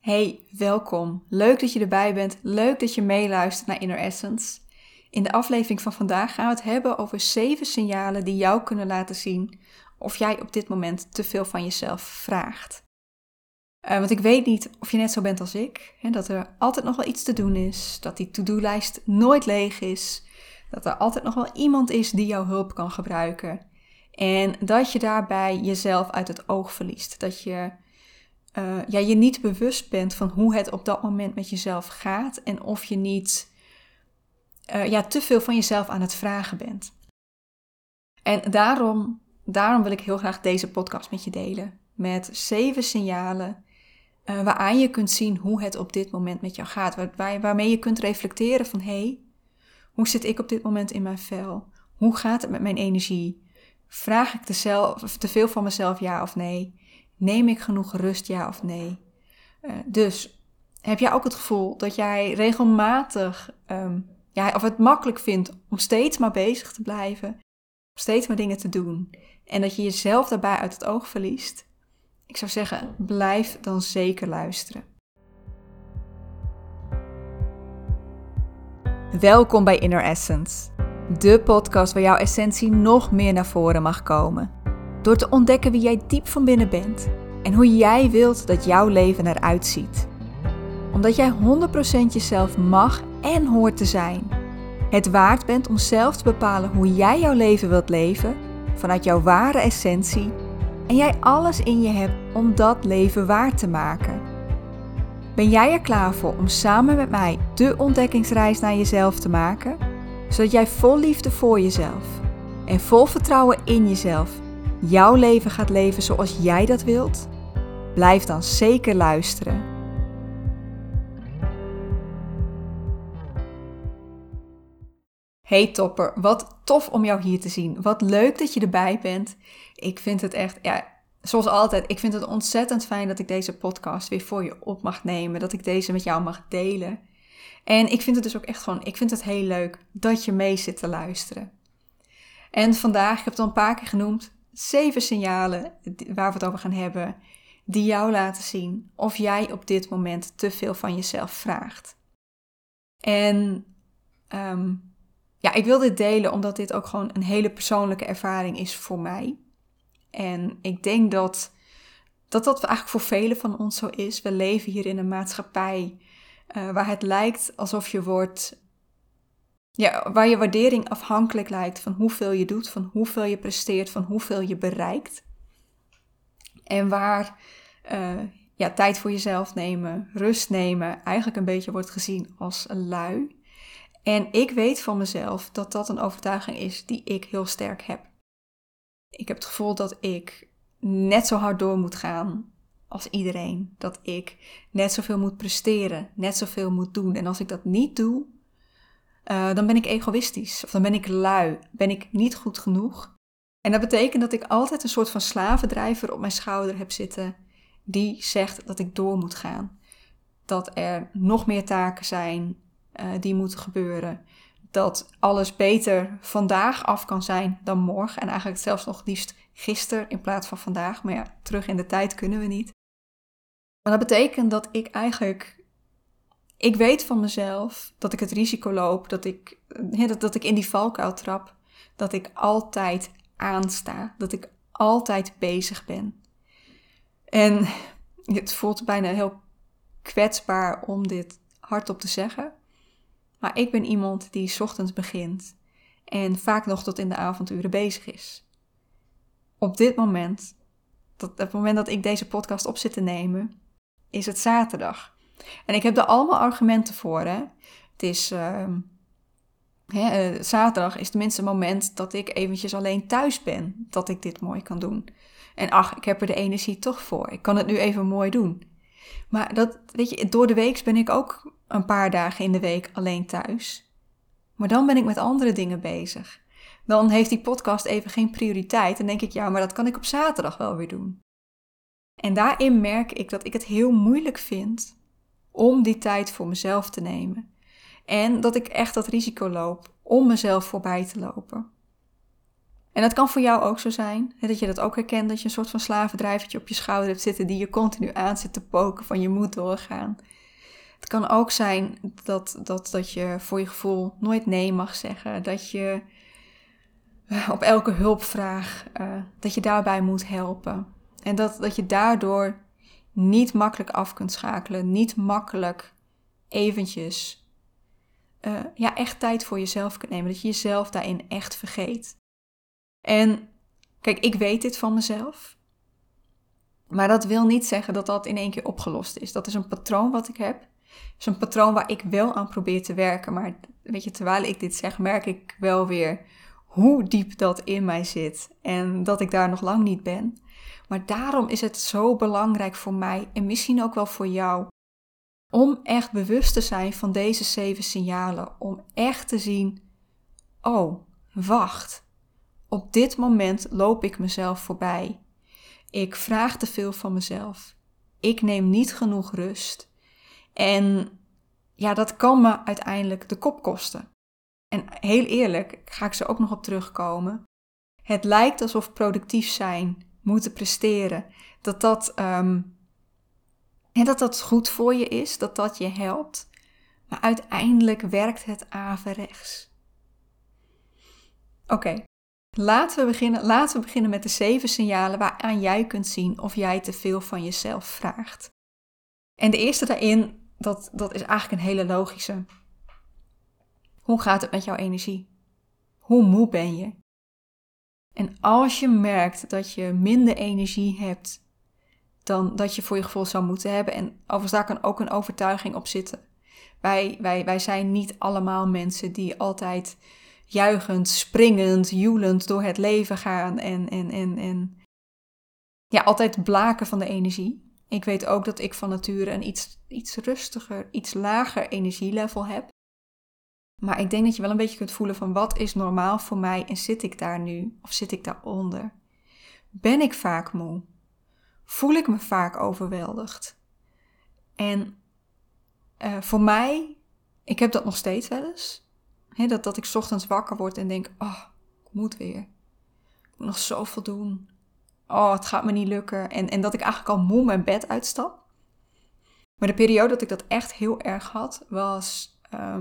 Hey, welkom. Leuk dat je erbij bent. Leuk dat je meeluistert naar Inner Essence. In de aflevering van vandaag gaan we het hebben over 7 signalen die jou kunnen laten zien of jij op dit moment te veel van jezelf vraagt. Want ik weet niet of je net zo bent als ik, dat er altijd nog wel iets te doen is, dat die to-do-lijst nooit leeg is, dat er altijd nog wel iemand is die jouw hulp kan gebruiken en dat je daarbij jezelf uit het oog verliest, dat je je niet bewust bent van hoe het op dat moment met jezelf gaat en of je niet te veel van jezelf aan het vragen bent. En daarom wil ik heel graag deze podcast met je delen. Met 7 signalen waaraan je kunt zien hoe het op dit moment met jou gaat. Waarmee je kunt reflecteren van hoe zit ik op dit moment in mijn vel? Hoe gaat het met mijn energie? Vraag ik te veel van mezelf, ja of nee? Neem ik genoeg rust, ja of nee? Dus heb jij ook het gevoel dat jij regelmatig of het makkelijk vindt om steeds maar bezig te blijven, om steeds maar dingen te doen en dat je jezelf daarbij uit het oog verliest? Ik zou zeggen, blijf dan zeker luisteren. Welkom bij Inner Essence, de podcast waar jouw essentie nog meer naar voren mag komen. Door te ontdekken wie jij diep van binnen bent en hoe jij wilt dat jouw leven eruit ziet. Omdat jij 100% jezelf mag en hoort te zijn. Het waard bent om zelf te bepalen hoe jij jouw leven wilt leven vanuit jouw ware essentie en jij alles in je hebt om dat leven waar te maken. Ben jij er klaar voor om samen met mij de ontdekkingsreis naar jezelf te maken? Zodat jij vol liefde voor jezelf en vol vertrouwen in jezelf jouw leven gaat leven zoals jij dat wilt? Blijf dan zeker luisteren. Hey topper, wat tof om jou hier te zien. Wat leuk dat je erbij bent. Ik vind het echt, zoals altijd, ik vind het ontzettend fijn dat ik deze podcast weer voor je op mag nemen. Dat ik deze met jou mag delen. En ik vind het dus ook echt ik vind het heel leuk dat je mee zit te luisteren. En vandaag, ik heb het al een paar keer genoemd, 7 signalen waar we het over gaan hebben, die jou laten zien of jij op dit moment te veel van jezelf vraagt. En ik wil dit delen omdat dit ook gewoon een hele persoonlijke ervaring is voor mij. En ik denk dat eigenlijk voor velen van ons zo is. We leven hier in een maatschappij waar het lijkt alsof je waar je waardering afhankelijk lijkt van hoeveel je doet, van hoeveel je presteert, van hoeveel je bereikt. En waar tijd voor jezelf nemen, rust nemen, eigenlijk een beetje wordt gezien als lui. En ik weet van mezelf dat dat een overtuiging is die ik heel sterk heb. Ik heb het gevoel dat ik net zo hard door moet gaan als iedereen. Dat ik net zoveel moet presteren, net zoveel moet doen. En als ik dat niet doe, dan ben ik egoïstisch. Of dan ben ik lui, ben ik niet goed genoeg. En dat betekent dat ik altijd een soort van slavendrijver op mijn schouder heb zitten die zegt dat ik door moet gaan. Dat er nog meer taken zijn die moeten gebeuren. Dat alles beter vandaag af kan zijn dan morgen. En eigenlijk zelfs nog liefst gisteren in plaats van vandaag. Maar ja, terug in de tijd kunnen we niet. Maar dat betekent dat ik weet van mezelf dat ik het risico loop, dat ik in die valkuil trap, dat ik altijd aansta, dat ik altijd bezig ben. En het voelt bijna heel kwetsbaar om dit hardop te zeggen. Maar ik ben iemand die 's ochtends begint en vaak nog tot in de avonduren bezig is. Op dit moment, het moment dat ik deze podcast op zit te nemen, is het zaterdag. En ik heb er allemaal argumenten voor. Hè? Het is zaterdag is tenminste een moment dat ik eventjes alleen thuis ben, dat ik dit mooi kan doen. En ik heb er de energie toch voor. Ik kan het nu even mooi doen. Maar door de week ben ik ook een paar dagen in de week alleen thuis. Maar dan ben ik met andere dingen bezig. Dan heeft die podcast even geen prioriteit. En denk ik, maar dat kan ik op zaterdag wel weer doen. En daarin merk ik dat ik het heel moeilijk vind om die tijd voor mezelf te nemen. En dat ik echt dat risico loop om mezelf voorbij te lopen. En dat kan voor jou ook zo zijn, dat je dat ook herkent, dat je een soort van slavendrijvertje op je schouder hebt zitten die je continu aan zit te poken van je moet doorgaan. Het kan ook zijn dat je voor je gevoel nooit nee mag zeggen, dat je op elke hulpvraag, dat je daarbij moet helpen. En dat je daardoor niet makkelijk af kunt schakelen, niet makkelijk eventjes echt tijd voor jezelf kunt nemen, dat je jezelf daarin echt vergeet. En kijk, ik weet dit van mezelf. Maar dat wil niet zeggen dat dat in één keer opgelost is. Dat is een patroon wat ik heb. Dat is een patroon waar ik wel aan probeer te werken. Maar weet je, terwijl ik dit zeg, merk ik wel weer hoe diep dat in mij zit. En dat ik daar nog lang niet ben. Maar daarom is het zo belangrijk voor mij en misschien ook wel voor jou. Om echt bewust te zijn van deze 7 signalen. Om echt te zien, oh, wacht. Op dit moment loop ik mezelf voorbij. Ik vraag te veel van mezelf. Ik neem niet genoeg rust. En ja, dat kan me uiteindelijk de kop kosten. En heel eerlijk, ga ik ze ook nog op terugkomen. Het lijkt alsof productief zijn, moeten presteren, dat goed voor je is, dat je helpt. Maar uiteindelijk werkt het averechts. Oké. Laten we beginnen met de 7 signalen waaraan jij kunt zien of jij te veel van jezelf vraagt. En de eerste daarin, dat is eigenlijk een hele logische. Hoe gaat het met jouw energie? Hoe moe ben je? En als je merkt dat je minder energie hebt dan dat je voor je gevoel zou moeten hebben, en overigens daar kan ook een overtuiging op zitten. Wij zijn niet allemaal mensen die altijd juichend, springend, joelend door het leven gaan en altijd blaken van de energie. Ik weet ook dat ik van nature een iets rustiger, iets lager energielevel heb. Maar ik denk dat je wel een beetje kunt voelen van wat is normaal voor mij en zit ik daar nu of zit ik daaronder? Ben ik vaak moe? Voel ik me vaak overweldigd? En voor mij, ik heb dat nog steeds wel eens. Dat ik 's ochtends wakker word en denk, oh, ik moet weer. Ik moet nog zoveel doen. Oh, het gaat me niet lukken. En dat ik eigenlijk al moe mijn bed uitstap. Maar de periode dat ik dat echt heel erg had, was,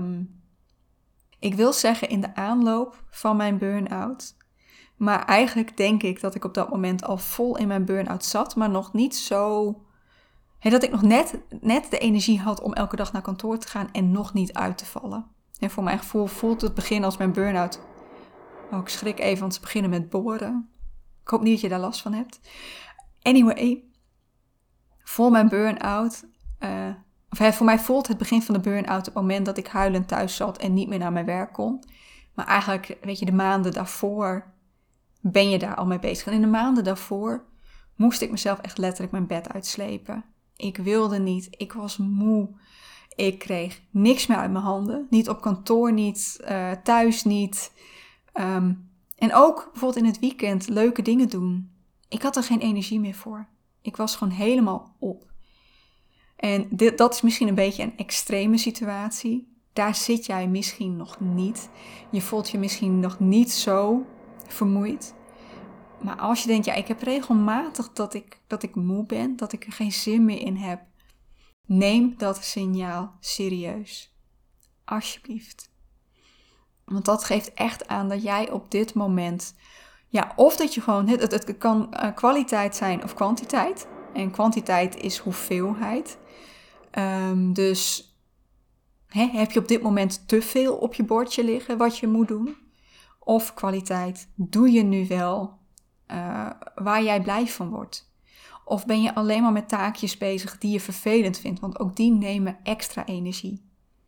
ik wil zeggen in de aanloop van mijn burn-out. Maar eigenlijk denk ik dat ik op dat moment al vol in mijn burn-out zat, maar nog niet zo. Dat ik nog net de energie had om elke dag naar kantoor te gaan en nog niet uit te vallen. En voor mijn gevoel voelt het begin als mijn burn-out. Oh, ik schrik even, want ze beginnen met boren. Ik hoop niet dat je daar last van hebt. Anyway, voor mijn burn-out. Voor mij voelt het begin van de burn-out het moment dat ik huilend thuis zat en niet meer naar mijn werk kon. Maar eigenlijk, weet je, de maanden daarvoor ben je daar al mee bezig. En in de maanden daarvoor moest ik mezelf echt letterlijk mijn bed uitslepen. Ik wilde niet, ik was moe. Ik kreeg niks meer uit mijn handen. Niet op kantoor, niet thuis, niet. En ook bijvoorbeeld in het weekend leuke dingen doen. Ik had er geen energie meer voor. Ik was gewoon helemaal op. En dat is misschien een beetje een extreme situatie. Daar zit jij misschien nog niet. Je voelt je misschien nog niet zo vermoeid. Maar als je denkt, ja, ik heb regelmatig dat ik moe ben, dat ik er geen zin meer in heb. Neem dat signaal serieus. Alsjeblieft. Want dat geeft echt aan dat jij op dit moment, ja, of dat je gewoon, het kan kwaliteit zijn of kwantiteit. En kwantiteit is hoeveelheid. Dus heb je op dit moment te veel op je bordje liggen wat je moet doen? Of kwaliteit, doe je nu wel waar jij blij van wordt? Of ben je alleen maar met taakjes bezig die je vervelend vindt? Want ook die nemen extra energie.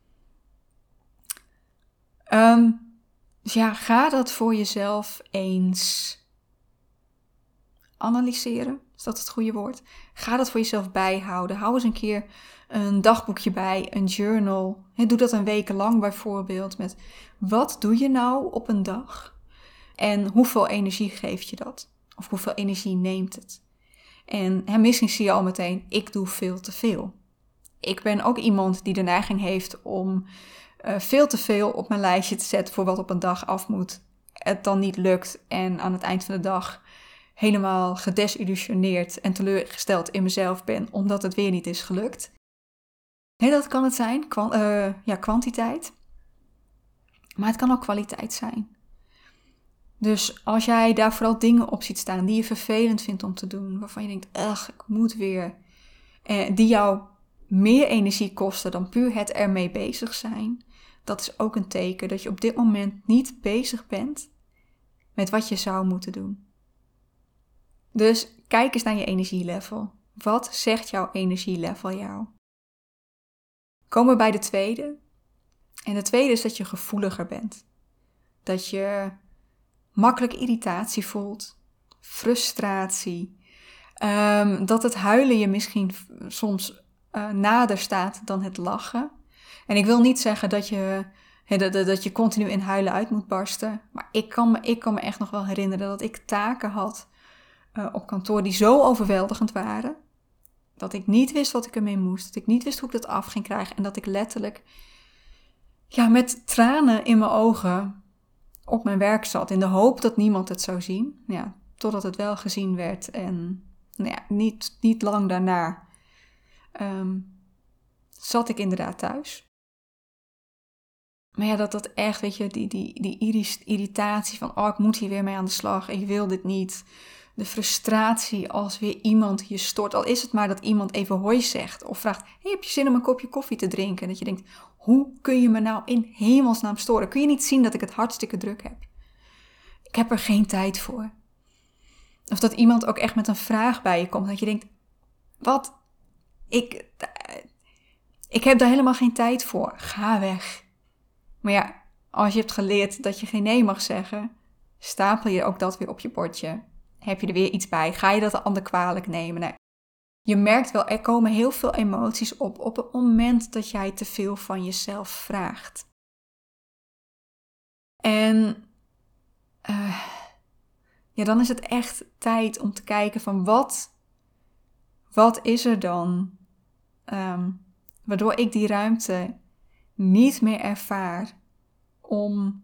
Dus ja, ga dat voor jezelf eens analyseren. Is dat het goede woord? Ga dat voor jezelf bijhouden. Hou eens een keer een dagboekje bij, een journal. Doe dat een week lang bijvoorbeeld. Met wat doe je nou op een dag? En hoeveel energie geeft je dat? Of hoeveel energie neemt het? En misschien zie je al meteen, ik doe veel te veel. Ik ben ook iemand die de neiging heeft om veel te veel op mijn lijstje te zetten voor wat op een dag af moet. het dan niet lukt en aan het eind van de dag helemaal gedesillusioneerd en teleurgesteld in mezelf ben omdat het weer niet is gelukt. Nee, dat kan het zijn, kwantiteit. Maar het kan ook kwaliteit zijn. Dus als jij daar vooral dingen op ziet staan die je vervelend vindt om te doen, waarvan je denkt, ik moet weer, die jou meer energie kosten dan puur het ermee bezig zijn, dat is ook een teken dat je op dit moment niet bezig bent met wat je zou moeten doen. Dus kijk eens naar je energielevel. Wat zegt jouw energielevel jou? Komen we bij de tweede. En de tweede is dat je gevoeliger bent. Dat je makkelijk irritatie voelt, frustratie, dat het huilen je misschien soms nader staat dan het lachen. En ik wil niet zeggen dat je continu in huilen uit moet barsten, maar ik kan me echt nog wel herinneren dat ik taken had op kantoor die zo overweldigend waren, dat ik niet wist wat ik ermee moest, dat ik niet wist hoe ik dat af ging krijgen en dat ik letterlijk met tranen in mijn ogen op mijn werk zat, in de hoop dat niemand het zou zien. Ja, totdat het wel gezien werd en niet lang daarna zat ik inderdaad thuis. Maar dat echt, weet je, die irritatie van, ik moet hier weer mee aan de slag, ik wil dit niet. De frustratie als weer iemand je stort, al is het maar dat iemand even hoi zegt of vraagt, heb je zin om een kopje koffie te drinken? En dat je denkt, hoe kun je me nou in hemelsnaam storen? Kun je niet zien dat ik het hartstikke druk heb? Ik heb er geen tijd voor. Of dat iemand ook echt met een vraag bij je komt, dat je denkt, wat? Ik heb daar helemaal geen tijd voor. Ga weg. Maar als je hebt geleerd dat je geen nee mag zeggen, stapel je ook dat weer op je bordje. Heb je er weer iets bij? Ga je dat de ander kwalijk nemen? Nee. Je merkt wel, er komen heel veel emoties op het moment dat jij te veel van jezelf vraagt. En dan is het echt tijd om te kijken van wat is er dan waardoor ik die ruimte niet meer ervaar om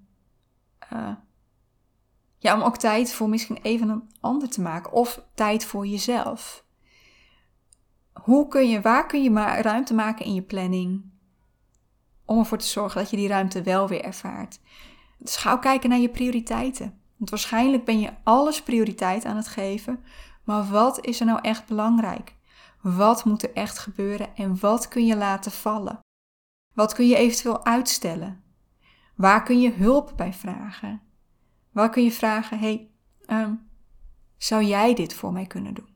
ook tijd voor misschien even een ander te maken of tijd voor jezelf. Waar kun je maar ruimte maken in je planning om ervoor te zorgen dat je die ruimte wel weer ervaart? Dus ga ook kijken naar je prioriteiten. Want waarschijnlijk ben je alles prioriteit aan het geven, maar wat is er nou echt belangrijk? Wat moet er echt gebeuren en wat kun je laten vallen? Wat kun je eventueel uitstellen? Waar kun je hulp bij vragen? Waar kun je vragen, zou jij dit voor mij kunnen doen?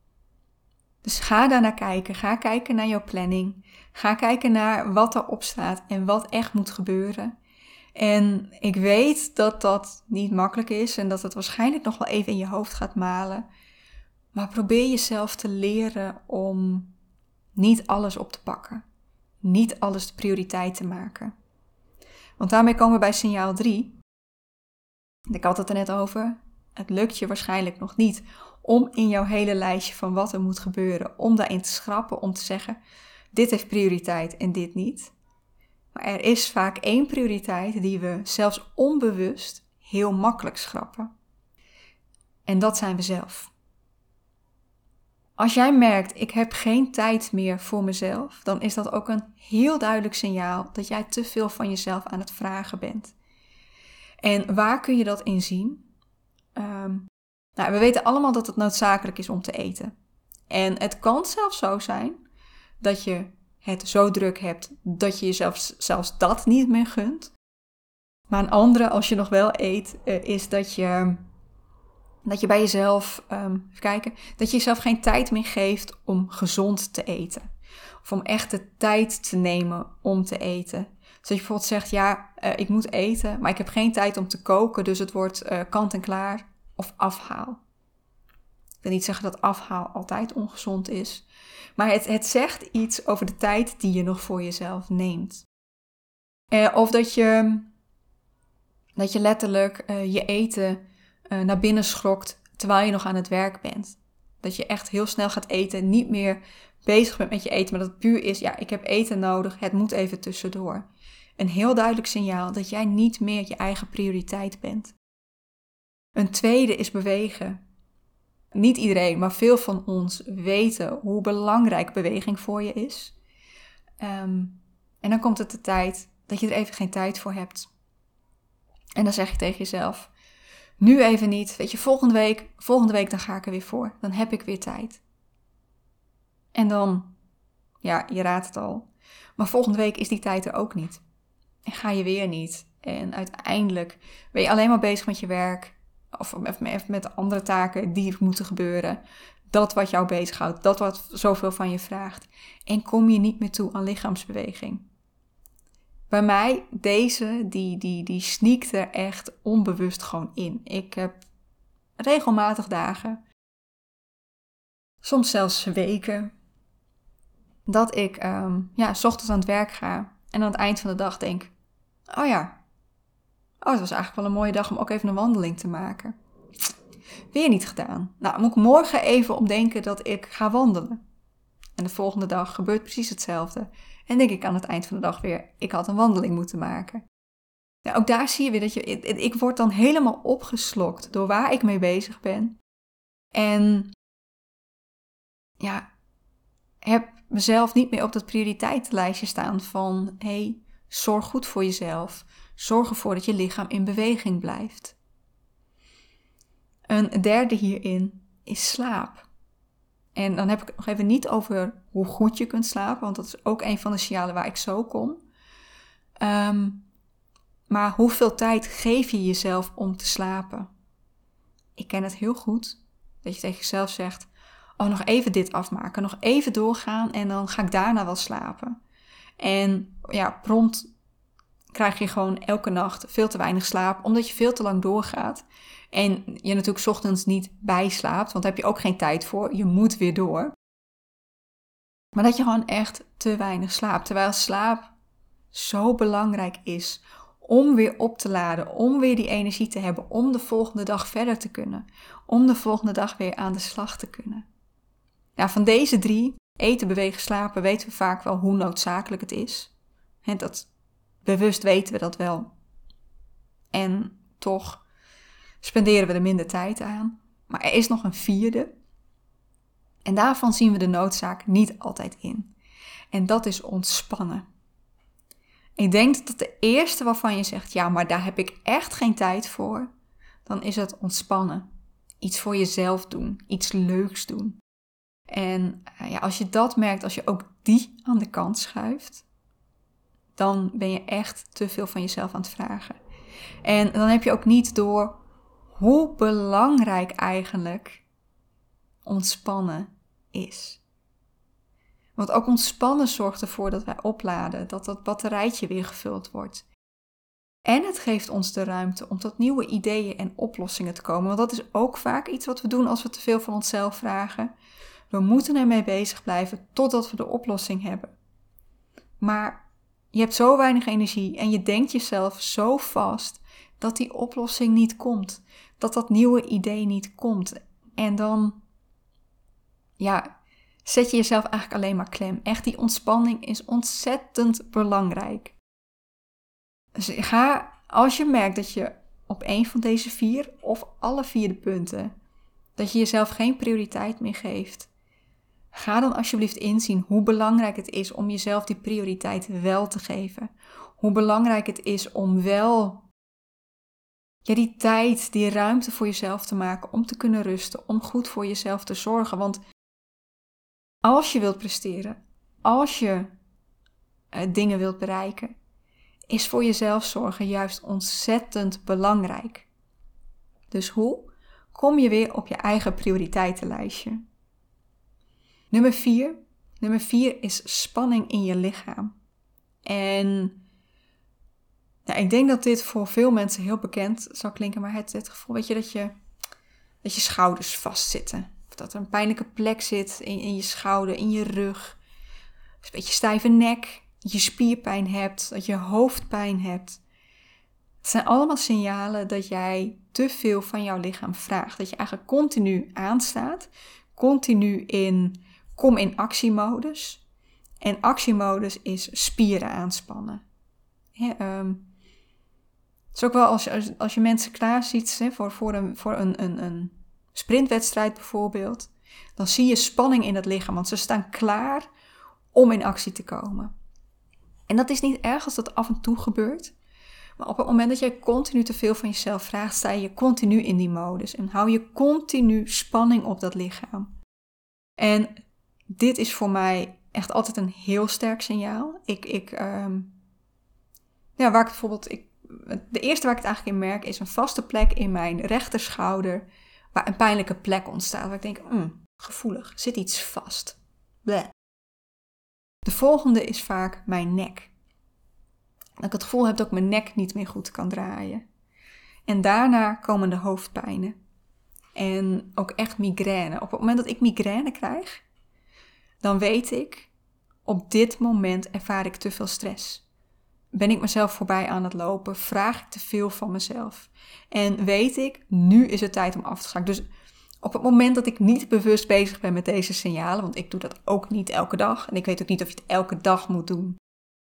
Dus ga daar naar kijken. Ga kijken naar jouw planning. Ga kijken naar wat erop staat en wat echt moet gebeuren. En ik weet dat dat niet makkelijk is en dat het waarschijnlijk nog wel even in je hoofd gaat malen. Maar probeer jezelf te leren om niet alles op te pakken. Niet alles de prioriteit te maken. Want daarmee komen we bij signaal 3. Ik had het er net over. Het lukt je waarschijnlijk nog niet om in jouw hele lijstje van wat er moet gebeuren, om daarin te schrappen, om te zeggen, dit heeft prioriteit en dit niet. Maar er is vaak één prioriteit die we zelfs onbewust heel makkelijk schrappen. En dat zijn we zelf. Als jij merkt, ik heb geen tijd meer voor mezelf, dan is dat ook een heel duidelijk signaal dat jij te veel van jezelf aan het vragen bent. En waar kun je dat in zien? We weten allemaal dat het noodzakelijk is om te eten. En het kan zelfs zo zijn dat je het zo druk hebt dat je jezelf zelfs dat niet meer gunt. Maar een andere, als je nog wel eet, is dat je bij jezelf, dat je jezelf geen tijd meer geeft om gezond te eten. Of om echt de tijd te nemen om te eten. Dus dat je bijvoorbeeld zegt, ik moet eten, maar ik heb geen tijd om te koken, dus het wordt kant en klaar of afhaal. Ik wil niet zeggen dat afhaal altijd ongezond is, maar het zegt iets over de tijd die je nog voor jezelf neemt. Of dat je letterlijk je eten naar binnen schrokt terwijl je nog aan het werk bent. Dat je echt heel snel gaat eten, niet meer bezig bent met je eten, maar dat het puur is, ik heb eten nodig, het moet even tussendoor. Een heel duidelijk signaal dat jij niet meer je eigen prioriteit bent. Een tweede is bewegen. Niet iedereen, maar veel van ons weten hoe belangrijk beweging voor je is. En dan komt het de tijd dat je er even geen tijd voor hebt. En dan zeg je tegen jezelf, nu even niet. Weet je, volgende week dan ga ik er weer voor. Dan heb ik weer tijd. En dan, ja, je raadt het al. Maar volgende week is die tijd er ook niet. En ga je weer niet. En uiteindelijk ben je alleen maar bezig met je werk. Of met andere taken die moeten gebeuren. Dat wat jou bezighoudt. Dat wat zoveel van je vraagt. En kom je niet meer toe aan lichaamsbeweging. Bij mij, deze, die sneakt er echt onbewust gewoon in. Ik heb regelmatig dagen. Soms zelfs weken. Dat ik 's ochtends aan het werk ga. En aan het eind van de dag denk. Oh ja. Oh, het was eigenlijk wel een mooie dag om ook even een wandeling te maken. Weer niet gedaan. Nou, moet ik morgen even opdenken dat ik ga wandelen. En de volgende dag gebeurt precies hetzelfde. En denk ik aan het eind van de dag weer, ik had een wandeling moeten maken. Nou, ook daar zie je weer dat ik word dan helemaal opgeslokt door waar ik mee bezig ben. En ja, heb mezelf niet meer op dat prioriteitenlijstje staan van, zorg goed voor jezelf. Zorg ervoor dat je lichaam in beweging blijft. Een derde hierin is slaap. En dan heb ik het nog even niet over hoe goed je kunt slapen, want dat is ook een van de signalen waar ik zo kom. Maar hoeveel tijd geef je jezelf om te slapen? Ik ken het heel goed, dat je tegen jezelf zegt, oh, nog even dit afmaken, nog even doorgaan en dan ga ik daarna wel slapen. En ja, prompt krijg je gewoon elke nacht veel te weinig slaap, omdat je veel te lang doorgaat. En je natuurlijk 's ochtends niet bijslaapt, want daar heb je ook geen tijd voor. Je moet weer door. Maar dat je gewoon echt te weinig slaapt. Terwijl slaap zo belangrijk is om weer op te laden, om weer die energie te hebben, om de volgende dag verder te kunnen. Om de volgende dag weer aan de slag te kunnen. Nou, van deze 3, eten, bewegen, slapen, weten we vaak wel hoe noodzakelijk het is. Bewust weten we dat wel. En toch spenderen we er minder tijd aan. Maar er is nog een 4e. En daarvan zien we de noodzaak niet altijd in. En dat is ontspannen. Ik denk dat de eerste waarvan je zegt, ja, maar daar heb ik echt geen tijd voor. Dan is het ontspannen. Iets voor jezelf doen. Iets leuks doen. En als je dat merkt, als je ook die aan de kant schuift, dan ben je echt te veel van jezelf aan het vragen. En dan heb je ook niet door hoe belangrijk eigenlijk ontspannen is. Want ook ontspannen zorgt ervoor dat wij opladen, dat dat batterijtje weer gevuld wordt. En het geeft ons de ruimte om tot nieuwe ideeën en oplossingen te komen. Want dat is ook vaak iets wat we doen als we te veel van onszelf vragen. We moeten ermee bezig blijven totdat we de oplossing hebben. Maar je hebt zo weinig energie en je denkt jezelf zo vast dat die oplossing niet komt. Dat dat nieuwe idee niet komt. En dan, zet je jezelf eigenlijk alleen maar klem. Echt, die ontspanning is ontzettend belangrijk. Dus als je merkt dat je op een van deze 4 of alle 4 de punten, dat je jezelf geen prioriteit meer geeft, ga dan alsjeblieft inzien hoe belangrijk het is om jezelf die prioriteit wel te geven. Hoe belangrijk het is om wel die tijd, die ruimte voor jezelf te maken om te kunnen rusten, om goed voor jezelf te zorgen. Want als je wilt presteren, als je dingen wilt bereiken, is voor jezelf zorgen juist ontzettend belangrijk. Dus hoe kom je weer op je eigen prioriteitenlijstje? Nummer 4 is spanning in je lichaam. En ik denk dat dit voor veel mensen heel bekend zal klinken, maar het gevoel, weet je, dat je schouders vastzitten. Of dat er een pijnlijke plek zit in je schouder, in je rug. Een beetje stijve nek, dat je spierpijn hebt, dat je hoofdpijn hebt. Het zijn allemaal signalen dat jij te veel van jouw lichaam vraagt. Dat je eigenlijk continu aanstaat, continu kom in actiemodus. En actiemodus is spieren aanspannen. Het is ook wel als je mensen klaar ziet, hè, voor een sprintwedstrijd bijvoorbeeld, dan zie je spanning in het lichaam, want ze staan klaar om in actie te komen. En dat is niet erg als dat af en toe gebeurt. Maar op het moment dat jij continu te veel van jezelf vraagt, sta je continu in die modus. En hou je continu spanning op dat lichaam. En dit is voor mij echt altijd een heel sterk signaal. De eerste waar ik het eigenlijk in merk is een vaste plek in mijn rechterschouder, waar een pijnlijke plek ontstaat. Waar ik denk, gevoelig, zit iets vast. Bleh. De volgende is vaak mijn nek. Dat ik het gevoel heb dat ik mijn nek niet meer goed kan draaien. En daarna komen de hoofdpijnen. En ook echt migraine. Op het moment dat ik migraine krijg, dan weet ik, op dit moment ervaar ik te veel stress. Ben ik mezelf voorbij aan het lopen? Vraag ik te veel van mezelf? En weet ik, nu is het tijd om af te schakelen. Dus op het moment dat ik niet bewust bezig ben met deze signalen, want ik doe dat ook niet elke dag. En ik weet ook niet of je het elke dag moet doen.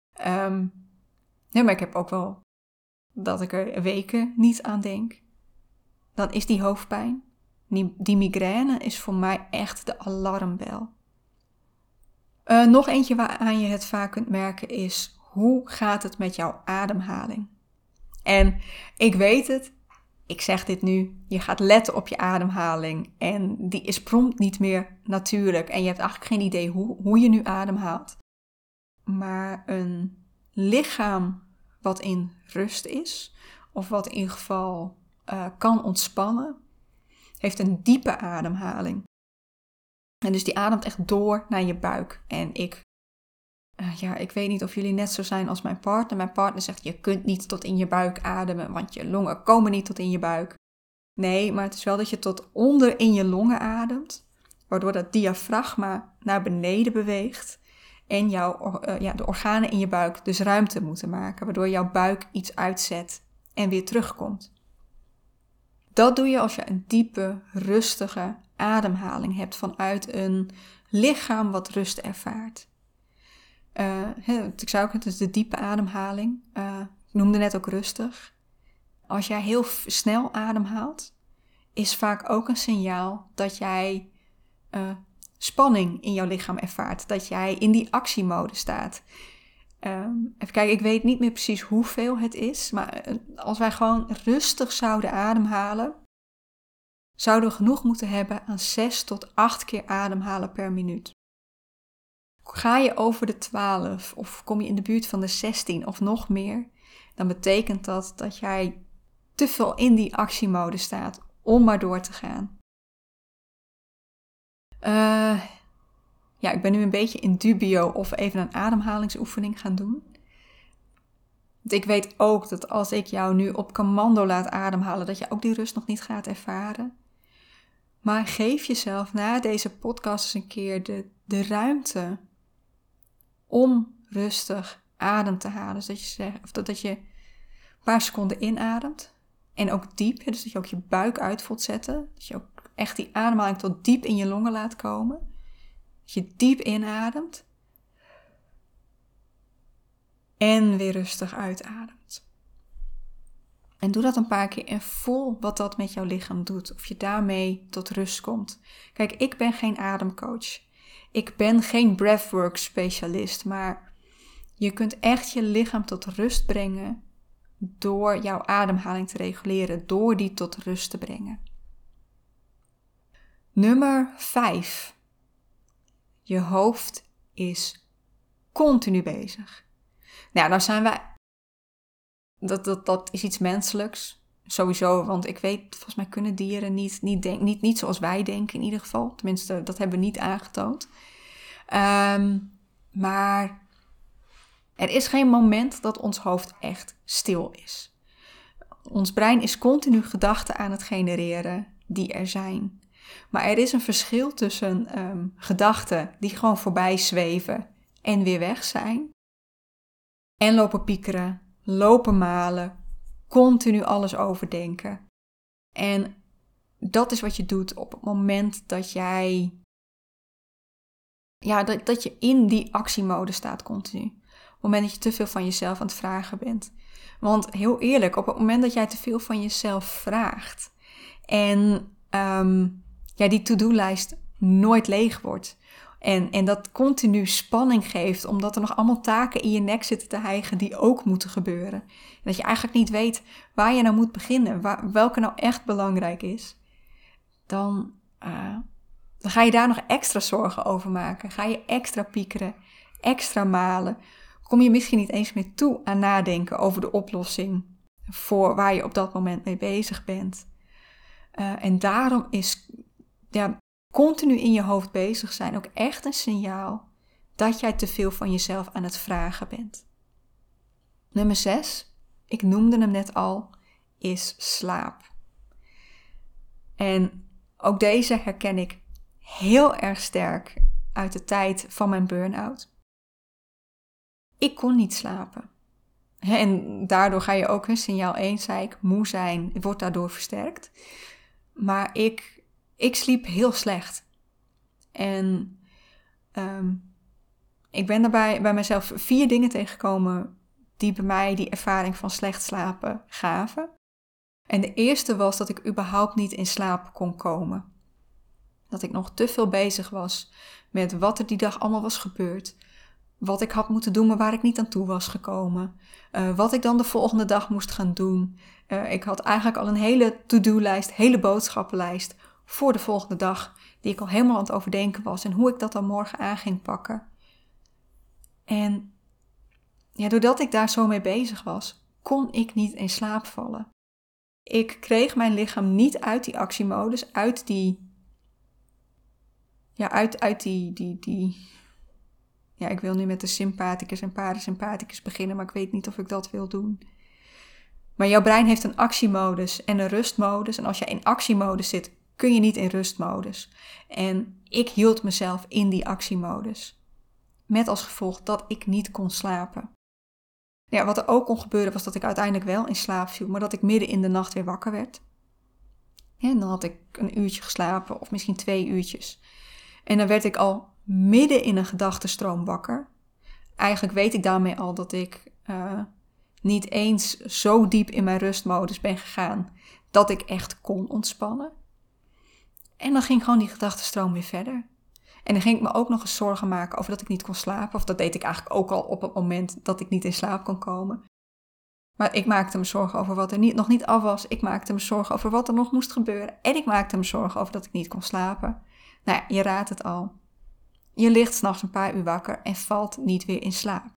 Maar ik heb ook wel dat ik er weken niet aan denk. Dan is die hoofdpijn, die migraine is voor mij echt de alarmbel. Nog eentje waaraan je het vaak kunt merken is, hoe gaat het met jouw ademhaling? En ik weet het, ik zeg dit nu, je gaat letten op je ademhaling en die is prompt niet meer natuurlijk. En je hebt eigenlijk geen idee hoe je nu ademhaalt. Maar een lichaam wat in rust is, of wat in ieder geval kan ontspannen, heeft een diepe ademhaling. En dus die ademt echt door naar je buik. En ik weet niet of jullie net zo zijn als mijn partner. Mijn partner zegt, je kunt niet tot in je buik ademen, want je longen komen niet tot in je buik. Nee, maar het is wel dat je tot onder in je longen ademt, waardoor dat diafragma naar beneden beweegt. En de organen in je buik dus ruimte moeten maken, waardoor jouw buik iets uitzet en weer terugkomt. Dat doe je als je een diepe, rustige ademhaling hebt vanuit een lichaam wat rust ervaart. Ik zei ook, het is de diepe ademhaling. Ik noemde net ook rustig. Als jij heel snel ademhaalt, is vaak ook een signaal dat jij spanning in jouw lichaam ervaart. Dat jij in die actiemode staat. Even kijken, ik weet niet meer precies hoeveel het is. Maar als wij gewoon rustig zouden ademhalen, zouden we genoeg moeten hebben aan 6 tot 8 keer ademhalen per minuut. Ga je over de 12 of kom je in de buurt van de 16 of nog meer, dan betekent dat jij te veel in die actiemode staat om maar door te gaan. Ik ben nu een beetje in dubio of we even een ademhalingsoefening gaan doen. Want ik weet ook dat als ik jou nu op commando laat ademhalen, dat je ook die rust nog niet gaat ervaren. Maar geef jezelf na deze podcast eens een keer de ruimte om rustig adem te halen. Dus dat je een paar seconden inademt. En ook diep, dus dat je ook je buik uit voelt zetten. Dat je ook echt die ademhaling tot diep in je longen laat komen. Dat je diep inademt. En weer rustig uitademt. En doe dat een paar keer en voel wat dat met jouw lichaam doet. Of je daarmee tot rust komt. Kijk, ik ben geen ademcoach. Ik ben geen breathwork specialist. Maar je kunt echt je lichaam tot rust brengen door jouw ademhaling te reguleren. Door die tot rust te brengen. Nummer 5. Je hoofd is continu bezig. Nou, daar zijn wij. Dat is iets menselijks. Sowieso, want ik weet, volgens mij kunnen dieren niet zoals wij denken in ieder geval. Tenminste, dat hebben we niet aangetoond. Maar er is geen moment dat ons hoofd echt stil is. Ons brein is continu gedachten aan het genereren die er zijn. Maar er is een verschil tussen gedachten die gewoon voorbij zweven en weer weg zijn. En lopen piekeren, lopen malen, continu alles overdenken. En dat is wat je doet op het moment dat jij, dat je in die actiemode staat continu. het moment dat je te veel van jezelf aan het vragen bent. Want heel eerlijk, op het moment dat jij te veel van jezelf vraagt en die to-do-lijst nooit leeg wordt en dat continu spanning geeft, omdat er nog allemaal taken in je nek zitten te hijgen die ook moeten gebeuren. En dat je eigenlijk niet weet waar je nou moet beginnen, welke nou echt belangrijk is, dan ga je daar nog extra zorgen over maken. Ga je extra piekeren, extra malen. Kom je misschien niet eens meer toe aan nadenken over de oplossing voor waar je op dat moment mee bezig bent. En daarom is continu in je hoofd bezig zijn ook echt een signaal dat jij te veel van jezelf aan het vragen bent. Nummer 6, ik noemde hem net al, is slaap. En ook deze herken ik heel erg sterk uit de tijd van mijn burn-out. Ik kon niet slapen. En daardoor ga je ook, signaal 1 zei ik, moe zijn, wordt daardoor versterkt. Maar ik sliep heel slecht. En ik ben daarbij bij mezelf 4 dingen tegengekomen die bij mij die ervaring van slecht slapen gaven. En de eerste was dat ik überhaupt niet in slaap kon komen. Dat ik nog te veel bezig was met wat er die dag allemaal was gebeurd. Wat ik had moeten doen, maar waar ik niet aan toe was gekomen. Wat ik dan de volgende dag moest gaan doen. Ik had eigenlijk al een hele to-do-lijst, hele boodschappenlijst voor de volgende dag. Die ik al helemaal aan het overdenken was. En hoe ik dat dan morgen aan ging pakken. En doordat ik daar zo mee bezig was, kon ik niet in slaap vallen. Ik kreeg mijn lichaam niet uit die actiemodus, uit die... ik wil nu met de sympathicus en parasympathicus beginnen, maar ik weet niet of ik dat wil doen. Maar jouw brein heeft een actiemodus en een rustmodus. En als je in actiemodus zit, kun je niet in rustmodus. En ik hield mezelf in die actiemodus. Met als gevolg dat ik niet kon slapen. Ja, wat er ook kon gebeuren was dat ik uiteindelijk wel in slaap viel, maar dat ik midden in de nacht weer wakker werd. En dan had ik een uurtje geslapen of misschien 2 uurtjes. En dan werd ik al midden in een gedachtenstroom wakker. Eigenlijk weet ik daarmee al dat ik niet eens zo diep in mijn rustmodus ben gegaan dat ik echt kon ontspannen. En dan ging gewoon die gedachtenstroom weer verder. En dan ging ik me ook nog eens zorgen maken over dat ik niet kon slapen. Of dat deed ik eigenlijk ook al op het moment dat ik niet in slaap kon komen. Maar ik maakte me zorgen over wat er nog niet af was. Ik maakte me zorgen over wat er nog moest gebeuren. En ik maakte me zorgen over dat ik niet kon slapen. Nou ja, je raadt het al. Je ligt 's nachts een paar uur wakker en valt niet weer in slaap.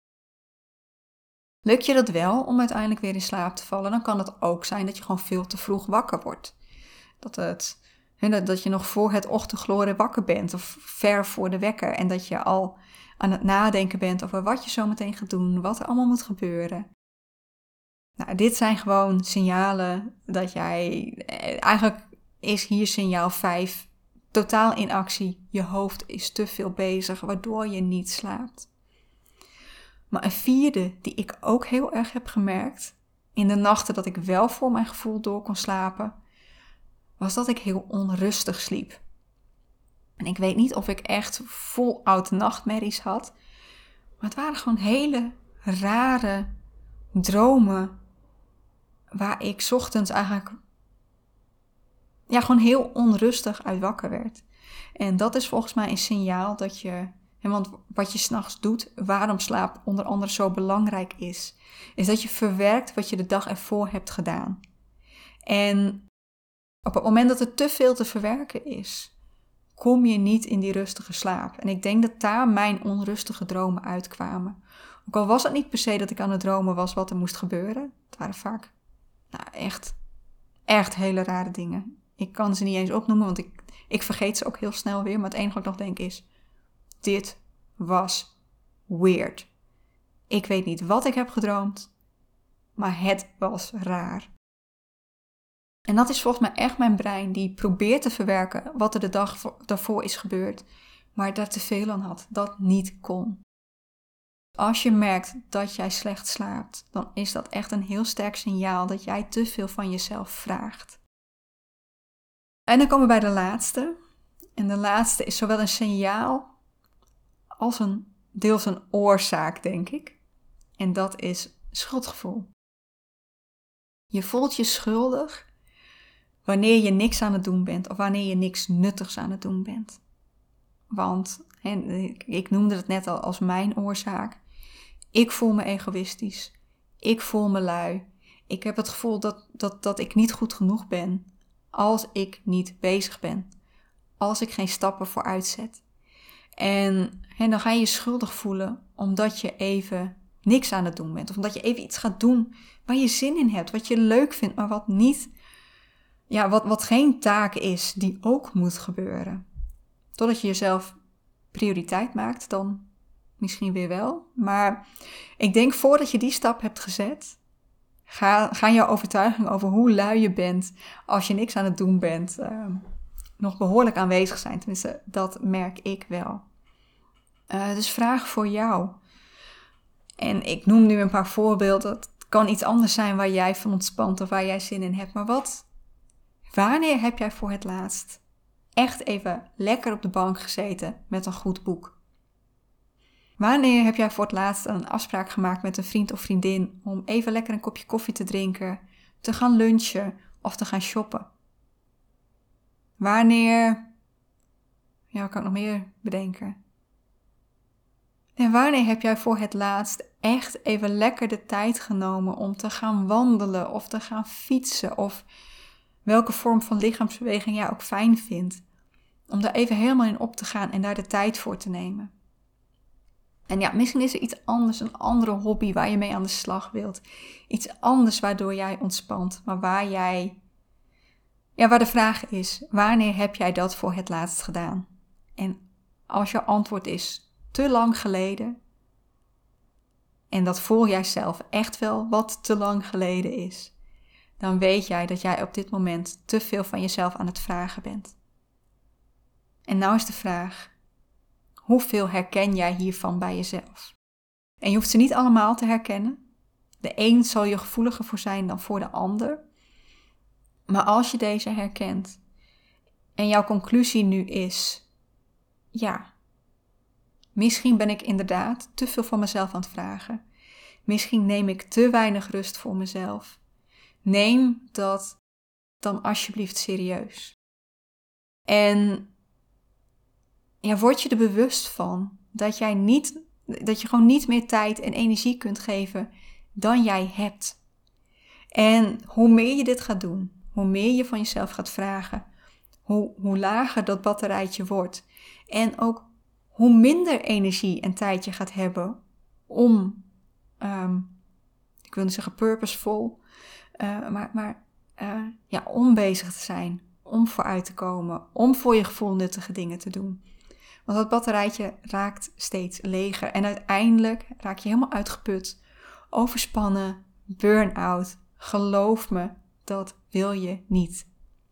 Lukt je dat wel om uiteindelijk weer in slaap te vallen, dan kan het ook zijn dat je gewoon veel te vroeg wakker wordt. Dat je nog voor het ochtendgloren wakker bent of ver voor de wekker. En dat je al aan het nadenken bent over wat je zo meteen gaat doen, wat er allemaal moet gebeuren. Nou, dit zijn gewoon signalen dat jij... Eigenlijk is hier signaal 5 totaal in actie. Je hoofd is te veel bezig, waardoor je niet slaapt. Maar een 4e die ik ook heel erg heb gemerkt, in de nachten dat ik wel voor mijn gevoel door kon slapen, was dat ik heel onrustig sliep. En ik weet niet of ik echt voluit nachtmerries had, maar het waren gewoon hele rare dromen waar ik 's ochtends eigenlijk gewoon heel onrustig uit wakker werd. En dat is volgens mij een signaal dat je, want wat je 's nachts doet, waarom slaap onder andere zo belangrijk is dat je verwerkt wat je de dag ervoor hebt gedaan. En op het moment dat er te veel te verwerken is, kom je niet in die rustige slaap. En ik denk dat daar mijn onrustige dromen uitkwamen. Ook al was het niet per se dat ik aan het dromen was wat er moest gebeuren. Het waren vaak echt hele rare dingen. Ik kan ze niet eens opnoemen, want ik vergeet ze ook heel snel weer. Maar het enige wat ik nog denk is, dit was weird. Ik weet niet wat ik heb gedroomd, maar het was raar. En dat is volgens mij echt mijn brein die probeert te verwerken wat er de dag daarvoor is gebeurd, maar daar te veel aan had, dat niet kon. Als je merkt dat jij slecht slaapt, dan is dat echt een heel sterk signaal dat jij te veel van jezelf vraagt. En dan komen we bij de laatste. En de laatste is zowel een signaal als een deels een oorzaak, denk ik. En dat is schuldgevoel. Je voelt je schuldig wanneer je niks aan het doen bent of wanneer je niks nuttigs aan het doen bent. Want, ik noemde het net al als mijn oorzaak, ik voel me egoïstisch. Ik voel me lui. Ik heb het gevoel dat ik niet goed genoeg ben als ik niet bezig ben. Als ik geen stappen vooruit zet. En dan ga je je schuldig voelen omdat je even niks aan het doen bent. Of omdat je even iets gaat doen waar je zin in hebt. Wat je leuk vindt, maar wat niet, wat geen taak is die ook moet gebeuren. Totdat je jezelf prioriteit maakt, dan misschien weer wel. Maar ik denk voordat je die stap hebt gezet, gaan jouw overtuigingen over hoe lui je bent als je niks aan het doen bent nog behoorlijk aanwezig zijn. Tenminste, dat merk ik wel. Dus vraag voor jou. En ik noem nu een paar voorbeelden. Het kan iets anders zijn waar jij van ontspant of waar jij zin in hebt. Maar wanneer heb jij voor het laatst echt even lekker op de bank gezeten met een goed boek? Wanneer heb jij voor het laatst een afspraak gemaakt met een vriend of vriendin om even lekker een kopje koffie te drinken, te gaan lunchen of te gaan shoppen? Wanneer, kan ik nog meer bedenken? En wanneer heb jij voor het laatst echt even lekker de tijd genomen om te gaan wandelen of te gaan fietsen of welke vorm van lichaamsbeweging jij ook fijn vindt? Om daar even helemaal in op te gaan en daar de tijd voor te nemen. En misschien is er iets anders, een andere hobby waar je mee aan de slag wilt. Iets anders waardoor jij ontspant, maar waar de vraag is, wanneer heb jij dat voor het laatst gedaan? En als jouw antwoord is te lang geleden, en dat voel jij zelf echt wel wat te lang geleden is, dan weet jij dat jij op dit moment te veel van jezelf aan het vragen bent. En nou is de vraag, hoeveel herken jij hiervan bij jezelf? En je hoeft ze niet allemaal te herkennen. De een zal je gevoeliger voor zijn dan voor de ander. Maar als je deze herkent en jouw conclusie nu is, misschien ben ik inderdaad te veel van mezelf aan het vragen. Misschien neem ik te weinig rust voor mezelf. Neem dat dan alsjeblieft serieus. En word je er bewust van dat je gewoon niet meer tijd en energie kunt geven dan jij hebt. En hoe meer je dit gaat doen, hoe meer je van jezelf gaat vragen, hoe lager dat batterijtje wordt. En ook hoe minder energie en tijd je gaat hebben om, ik wil niet zeggen purposeful, om bezig te zijn, om vooruit te komen, om voor je gevoel nuttige dingen te doen. Want dat batterijtje raakt steeds leger en uiteindelijk raak je helemaal uitgeput, overspannen, burn-out. Geloof me, dat wil je niet.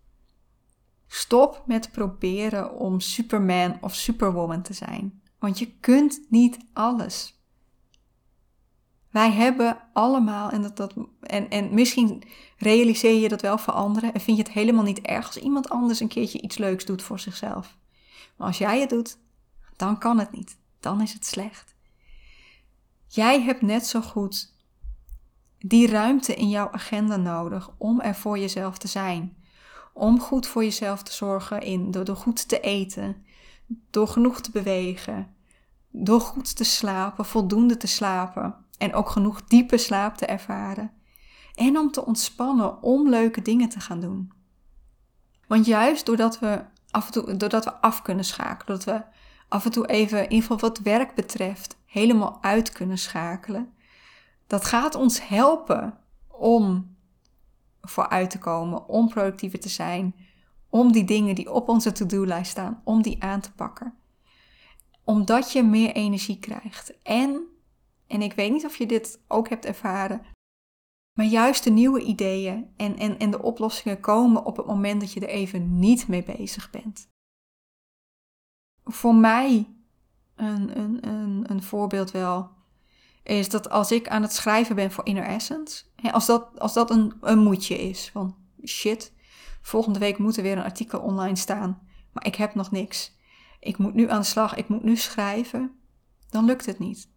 Stop met proberen om Superman of Superwoman te zijn, want je kunt niet alles. Wij hebben allemaal, en misschien realiseer je dat wel voor anderen en vind je het helemaal niet erg als iemand anders een keertje iets leuks doet voor zichzelf. Maar als jij het doet, dan kan het niet. Dan is het slecht. Jij hebt net zo goed die ruimte in jouw agenda nodig om er voor jezelf te zijn. Om goed voor jezelf te zorgen door goed te eten, door genoeg te bewegen, door goed te slapen, voldoende te slapen en ook genoeg diepe slaap te ervaren. En om te ontspannen, om leuke dingen te gaan doen. Want juist doordat we af kunnen schakelen, dat we af en toe even, in ieder geval wat werk betreft, helemaal uit kunnen schakelen. Dat gaat ons helpen om vooruit te komen, om productiever te zijn, om die dingen die op onze to-do-lijst staan, om die aan te pakken. Omdat je meer energie krijgt. En ik weet niet of je dit ook hebt ervaren, maar juist de nieuwe ideeën en de oplossingen komen op het moment dat je er even niet mee bezig bent. Voor mij een voorbeeld wel is dat als ik aan het schrijven ben voor Inner Essence, als dat een moedje is, van shit, volgende week moet er weer een artikel online staan, maar ik heb nog niks. Ik moet nu aan de slag, ik moet nu schrijven. dan lukt het niet.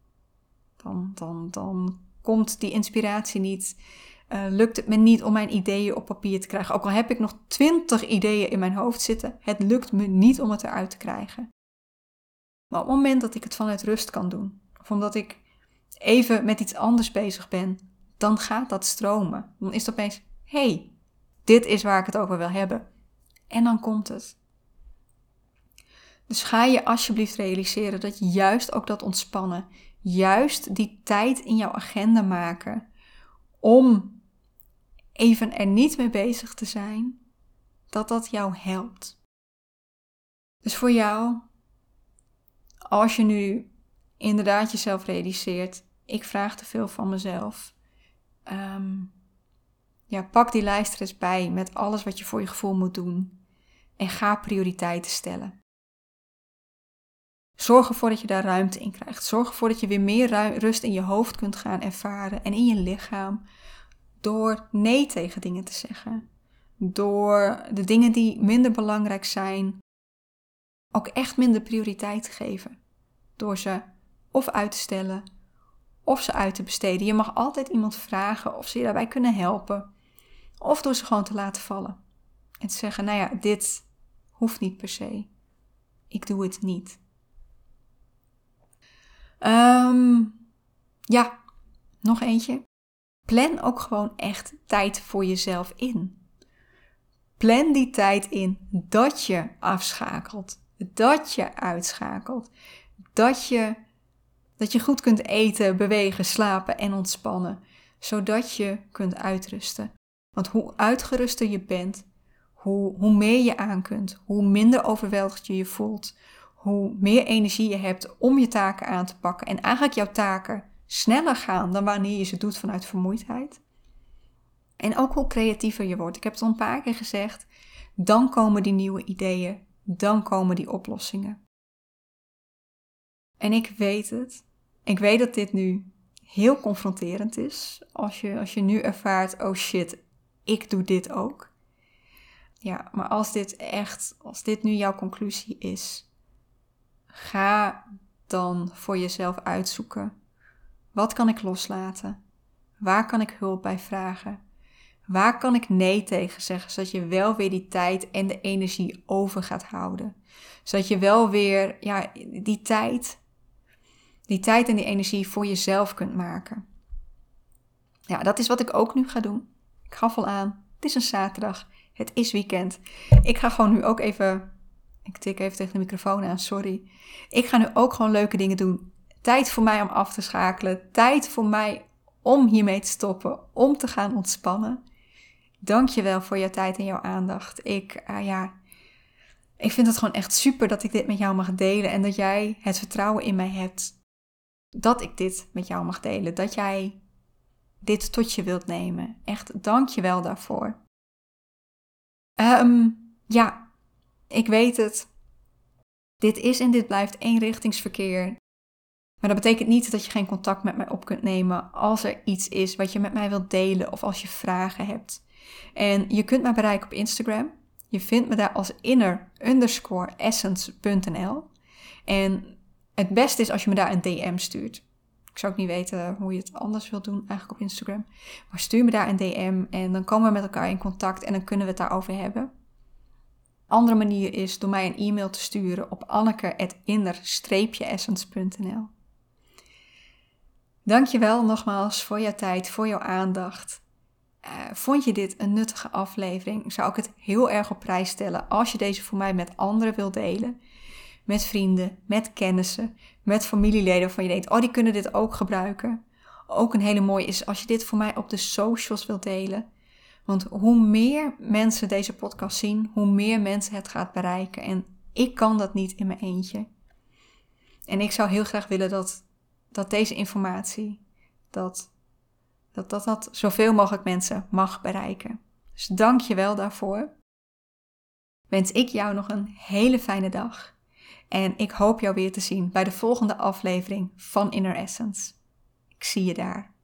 Dan komt die inspiratie niet. Lukt het me niet om mijn ideeën op papier te krijgen. Ook al heb ik nog 20 ideeën in mijn hoofd zitten. Het lukt me niet om het eruit te krijgen. Maar op het moment dat ik het vanuit rust kan doen. Of omdat ik even met iets anders bezig ben. Dan gaat dat stromen. Dan is het opeens, hey, dit is waar ik het over wil hebben. En dan komt het. Dus ga je alsjeblieft realiseren dat juist ook dat ontspannen, juist die tijd in jouw agenda maken om even er niet mee bezig te zijn, dat jou helpt. Dus voor jou, als je nu inderdaad jezelf realiseert, ik vraag te veel van mezelf. Pak die lijst er eens bij met alles wat je voor je gevoel moet doen en ga prioriteiten stellen. Zorg ervoor dat je daar ruimte in krijgt. Zorg ervoor dat je weer meer rust in je hoofd kunt gaan ervaren en in je lichaam. Door nee tegen dingen te zeggen. Door de dingen die minder belangrijk zijn ook echt minder prioriteit te geven. Door ze of uit te stellen of ze uit te besteden. Je mag altijd iemand vragen of ze je daarbij kunnen helpen. Of door ze gewoon te laten vallen. En te zeggen, dit hoeft niet per se. Ik doe het niet. Nog eentje. Plan ook gewoon echt tijd voor jezelf in. Plan die tijd in dat je afschakelt. Dat je uitschakelt. Dat je goed kunt eten, bewegen, slapen en ontspannen. Zodat je kunt uitrusten. Want hoe uitgeruster je bent, hoe meer je aan kunt. Hoe minder overweldigd je je voelt. Hoe meer energie je hebt om je taken aan te pakken. En eigenlijk jouw taken sneller gaan dan wanneer je ze doet vanuit vermoeidheid. En ook hoe creatiever je wordt. Ik heb het al een paar keer gezegd. Dan komen die nieuwe ideeën. Dan komen die oplossingen. En ik weet het. Ik weet dat dit nu heel confronterend is. Als je nu ervaart, oh shit, ik doe dit ook. Ja, maar als dit nu jouw conclusie is, ga dan voor jezelf uitzoeken. Wat kan ik loslaten? Waar kan ik hulp bij vragen? Waar kan ik nee tegen zeggen, zodat je wel weer die tijd en de energie over gaat houden? Zodat je wel weer die tijd en die energie voor jezelf kunt maken. Ja, dat is wat ik ook nu ga doen. Ik gaf al aan, het is een zaterdag, het is weekend. Ik ga gewoon nu ook even, ik tik even tegen de microfoon aan, sorry. Ik ga nu ook gewoon leuke dingen doen. Tijd voor mij om af te schakelen. Tijd voor mij om hiermee te stoppen, om te gaan ontspannen. Dank je wel voor jouw tijd en jouw aandacht. Ik vind het gewoon echt super dat ik dit met jou mag delen. En dat jij het vertrouwen in mij hebt dat ik dit met jou mag delen. Dat jij dit tot je wilt nemen. Echt, dank je wel daarvoor. Ik weet het. Dit is en dit blijft eenrichtingsverkeer. Maar dat betekent niet dat je geen contact met mij op kunt nemen als er iets is wat je met mij wilt delen of als je vragen hebt. En je kunt mij bereiken op Instagram. Je vindt me daar als inner_essence.nl. En het beste is als je me daar een DM stuurt. Ik zou ook niet weten hoe je het anders wilt doen eigenlijk op Instagram. Maar stuur me daar een DM en dan komen we met elkaar in contact en dan kunnen we het daarover hebben. Een andere manier is door mij een e-mail te sturen op anneke@inner-essence.nl. Dankjewel nogmaals voor jouw tijd, voor jouw aandacht. Vond je dit een nuttige aflevering? Zou ik het heel erg op prijs stellen als je deze voor mij met anderen wilt delen. Met vrienden, met kennissen, met familieleden waarvan je denkt, die kunnen dit ook gebruiken. Ook een hele mooie is als je dit voor mij op de socials wilt delen. Want hoe meer mensen deze podcast zien, hoe meer mensen het gaat bereiken. En ik kan dat niet in mijn eentje. En ik zou heel graag willen dat deze informatie, dat zoveel mogelijk mensen mag bereiken. Dus dank je wel daarvoor. Wens ik jou nog een hele fijne dag. En ik hoop jou weer te zien bij de volgende aflevering van Inner Essence. Ik zie je daar.